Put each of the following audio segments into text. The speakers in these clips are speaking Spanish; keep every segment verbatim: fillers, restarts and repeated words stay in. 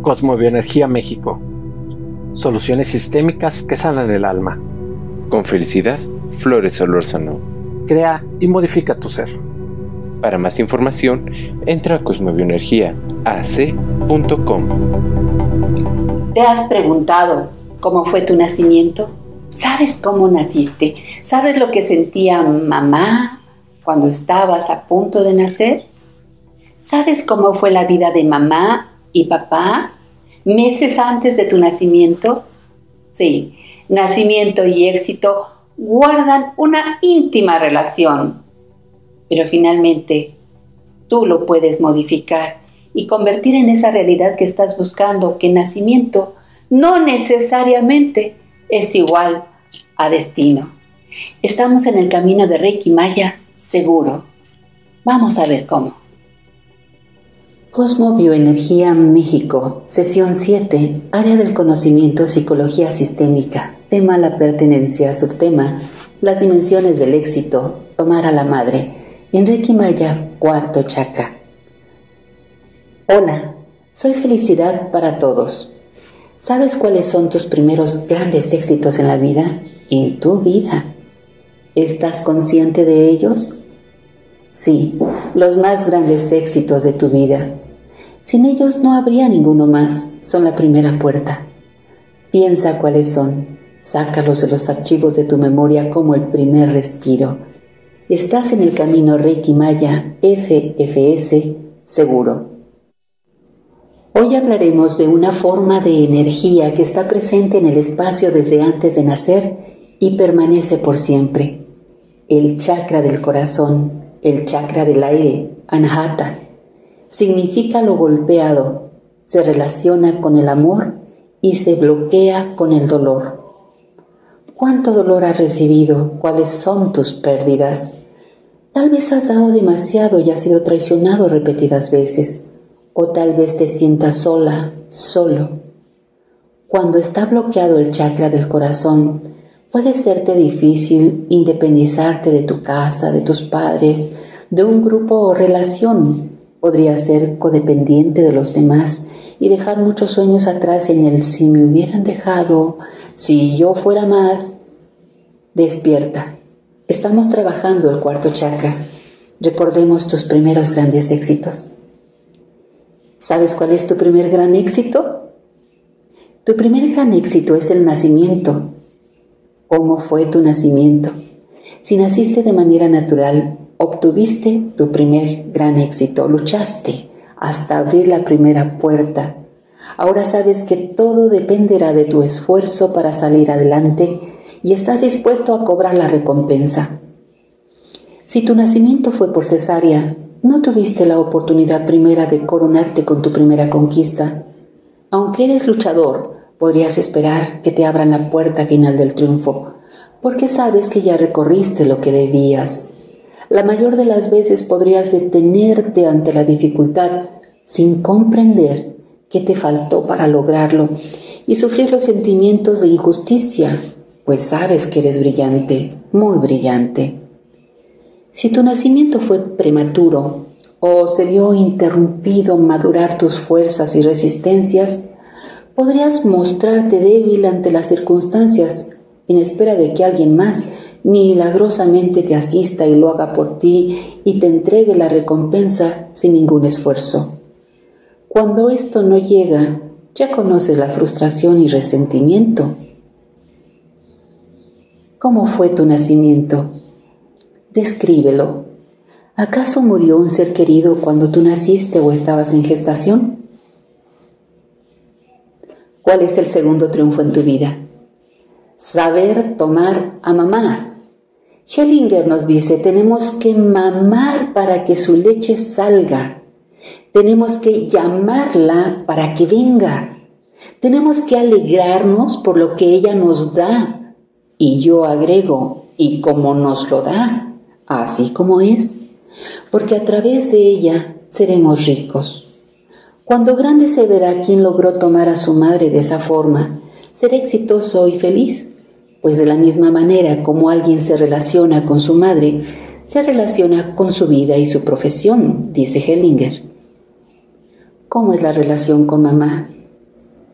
Cosmovioenergía México. Soluciones sistémicas que sanan el alma. Con felicidad, Flores Solórzano. Crea y modifica tu ser. Para más información, entra a cosmovioenergía a c punto com. ¿Te has preguntado cómo fue tu nacimiento? ¿Sabes cómo naciste? ¿Sabes lo que sentía mamá cuando estabas a punto de nacer? ¿Sabes cómo fue la vida de mamá y papá meses antes de tu nacimiento? Sí, nacimiento y éxito guardan una íntima relación, pero finalmente tú lo puedes modificar y convertir en esa realidad que estás buscando, que nacimiento no necesariamente es igual a destino. Estamos en el camino de Reiki Maya, seguro. Vamos a ver cómo. Cosmovioenergía México, sesión siete, área del conocimiento, psicología sistémica, tema la pertenencia, subtema, las dimensiones del éxito, tomar a la madre, en Reiki Maya, cuarto chakra. Hola, soy felicidad para todos. ¿Sabes cuáles son tus primeros grandes éxitos en la vida? En tu vida. ¿Estás consciente de ellos? Sí, los más grandes éxitos de tu vida. Sin ellos no habría ninguno más, son la primera puerta. Piensa cuáles son, sácalos de los archivos de tu memoria como el primer respiro. Estás en el camino Reiki Maya F F S seguro. Hoy hablaremos de una forma de energía que está presente en el espacio desde antes de nacer y permanece por siempre. El chakra del corazón, el chakra del aire, Anahata. Significa lo golpeado, se relaciona con el amor y se bloquea con el dolor. ¿Cuánto dolor has recibido? ¿Cuáles son tus pérdidas? Tal vez has dado demasiado y has sido traicionado repetidas veces. O tal vez te sientas sola, solo. Cuando está bloqueado el chakra del corazón, puede serte difícil independizarte de tu casa, de tus padres, de un grupo o relación. Podría ser codependiente de los demás y dejar muchos sueños atrás en el si me hubieran dejado, si yo fuera más. Despierta. Estamos trabajando el cuarto chakra. Recordemos tus primeros grandes éxitos. ¿Sabes cuál es tu primer gran éxito? Tu primer gran éxito es el nacimiento. ¿Cómo fue tu nacimiento? Si naciste de manera natural, obtuviste tu primer gran éxito, luchaste hasta abrir la primera puerta. Ahora sabes que todo dependerá de tu esfuerzo para salir adelante y estás dispuesto a cobrar la recompensa. Si tu nacimiento fue por cesárea, no tuviste la oportunidad primera de coronarte con tu primera conquista. Aunque eres luchador, podrías esperar que te abran la puerta final del triunfo, porque sabes que ya recorriste lo que debías. La mayor de las veces podrías detenerte ante la dificultad sin comprender qué te faltó para lograrlo y sufrir los sentimientos de injusticia, pues sabes que eres brillante, muy brillante. Si tu nacimiento fue prematuro o se vio interrumpido madurar tus fuerzas y resistencias, podrías mostrarte débil ante las circunstancias en espera de que alguien más milagrosamente te asista y lo haga por ti y te entregue la recompensa sin ningún esfuerzo. Cuando esto no llega, ya conoces la frustración y resentimiento. ¿Cómo fue tu nacimiento? Descríbelo. ¿Acaso murió un ser querido cuando tú naciste o estabas en gestación? ¿Cuál es el segundo triunfo en tu vida? Saber tomar a mamá. Hellinger nos dice, tenemos que mamar para que su leche salga. Tenemos que llamarla para que venga. Tenemos que alegrarnos por lo que ella nos da. Y yo agrego, y como nos lo da. Así como es, porque a través de ella seremos ricos. Cuando grande se verá quién logró tomar a su madre de esa forma, ser exitoso y feliz, pues de la misma manera como alguien se relaciona con su madre, se relaciona con su vida y su profesión, dice Hellinger. ¿Cómo es la relación con mamá?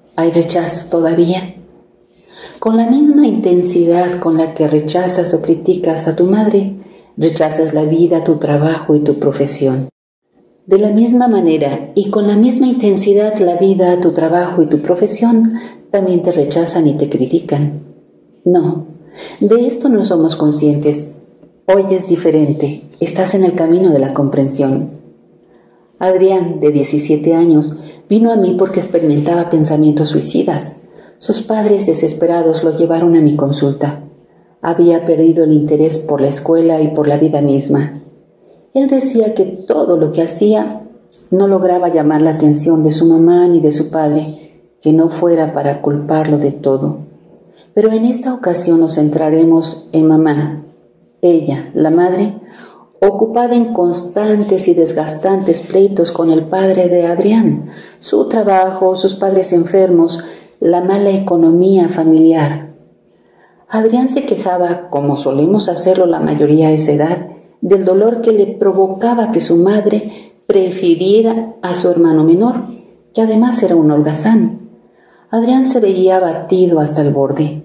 ¿Hay rechazo todavía? Con la misma intensidad con la que rechazas o criticas a tu madre, rechazas la vida, tu trabajo y tu profesión. De la misma manera y con la misma intensidad la vida, tu trabajo y tu profesión también te rechazan y te critican. No, de esto no somos conscientes. Hoy es diferente, estás en el camino de la comprensión. Adrián, de diecisiete años, vino a mí porque experimentaba pensamientos suicidas. Sus padres desesperados lo llevaron a mi consulta. Había perdido el interés por la escuela y por la vida misma. Él decía que todo lo que hacía no lograba llamar la atención de su mamá ni de su padre, que no fuera para culparlo de todo. Pero en esta ocasión nos centraremos en mamá. Ella, la madre, ocupada en constantes y desgastantes pleitos con el padre de Adrián, su trabajo, sus padres enfermos, la mala economía familiar. Adrián se quejaba, como solemos hacerlo la mayoría a esa edad, del dolor que le provocaba que su madre prefiriera a su hermano menor, que además era un holgazán. Adrián se veía abatido hasta el borde.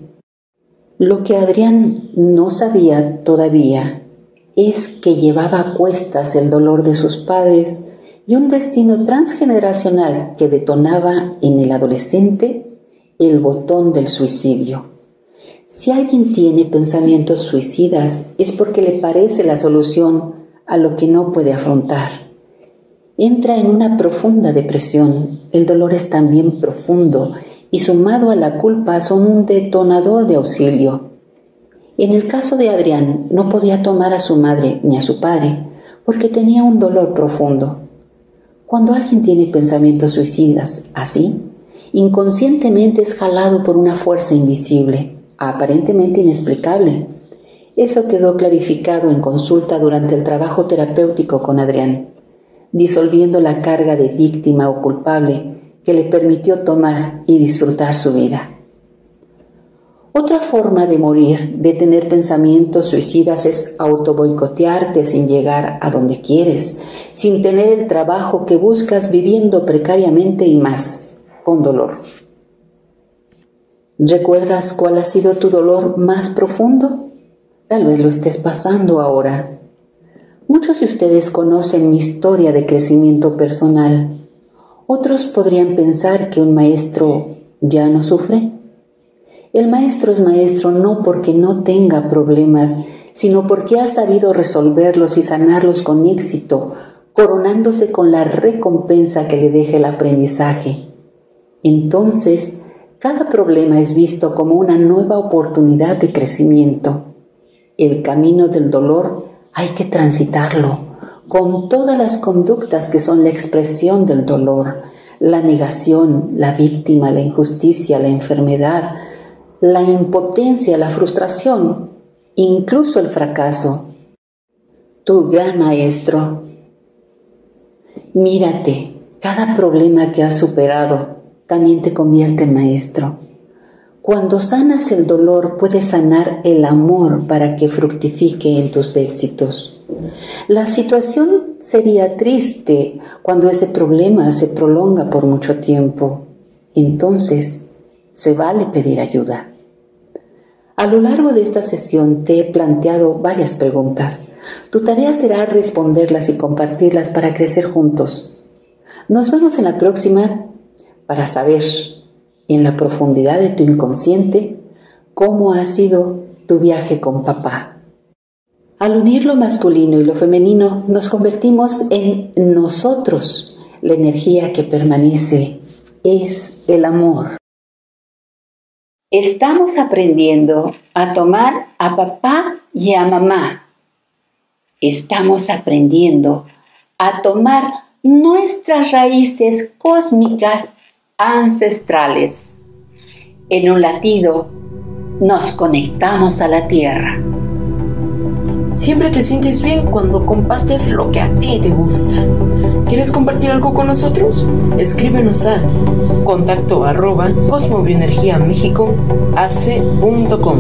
Lo que Adrián no sabía todavía es que llevaba a cuestas el dolor de sus padres y un destino transgeneracional que detonaba en el adolescente el botón del suicidio. Si alguien tiene pensamientos suicidas es porque le parece la solución a lo que no puede afrontar. Entra en una profunda depresión. El dolor es también profundo y sumado a la culpa son un detonador de auxilio. En el caso de Adrián no podía tomar a su madre ni a su padre porque tenía un dolor profundo. Cuando alguien tiene pensamientos suicidas así, inconscientemente es jalado por una fuerza invisible, aparentemente inexplicable. Eso quedó clarificado en consulta durante el trabajo terapéutico con Adrián, disolviendo la carga de víctima o culpable que le permitió tomar y disfrutar su vida. Otra forma de morir, de tener pensamientos suicidas, es autoboicotearte sin llegar a donde quieres, sin tener el trabajo que buscas, viviendo precariamente y más, con dolor. ¿Recuerdas cuál ha sido tu dolor más profundo? Tal vez lo estés pasando ahora. Muchos de ustedes conocen mi historia de crecimiento personal. Otros podrían pensar que un maestro ya no sufre. El maestro es maestro no porque no tenga problemas, sino porque ha sabido resolverlos y sanarlos con éxito, coronándose con la recompensa que le deja el aprendizaje. Entonces, cada problema es visto como una nueva oportunidad de crecimiento. El camino del dolor hay que transitarlo con todas las conductas que son la expresión del dolor, la negación, la víctima, la injusticia, la enfermedad, la impotencia, la frustración, incluso el fracaso. Tu gran maestro. Mírate, cada problema que has superado también te convierte en maestro. Cuando sanas el dolor, puedes sanar el amor para que fructifique en tus éxitos. La situación sería triste cuando ese problema se prolonga por mucho tiempo. Entonces, se vale pedir ayuda. A lo largo de esta sesión te he planteado varias preguntas. Tu tarea será responderlas y compartirlas para crecer juntos. Nos vemos en la próxima para saber, en la profundidad de tu inconsciente, cómo ha sido tu viaje con papá. Al unir lo masculino y lo femenino, nos convertimos en nosotros. La energía que permanece es el amor. Estamos aprendiendo a tomar a papá y a mamá. Estamos aprendiendo a tomar nuestras raíces cósmicas ancestrales. En un latido nos conectamos a la tierra. Siempre te sientes bien cuando compartes lo que a ti te gusta. ¿Quieres compartir algo con nosotros? Escríbenos a contacto arroba cosmobioenergiamexico a c punto com.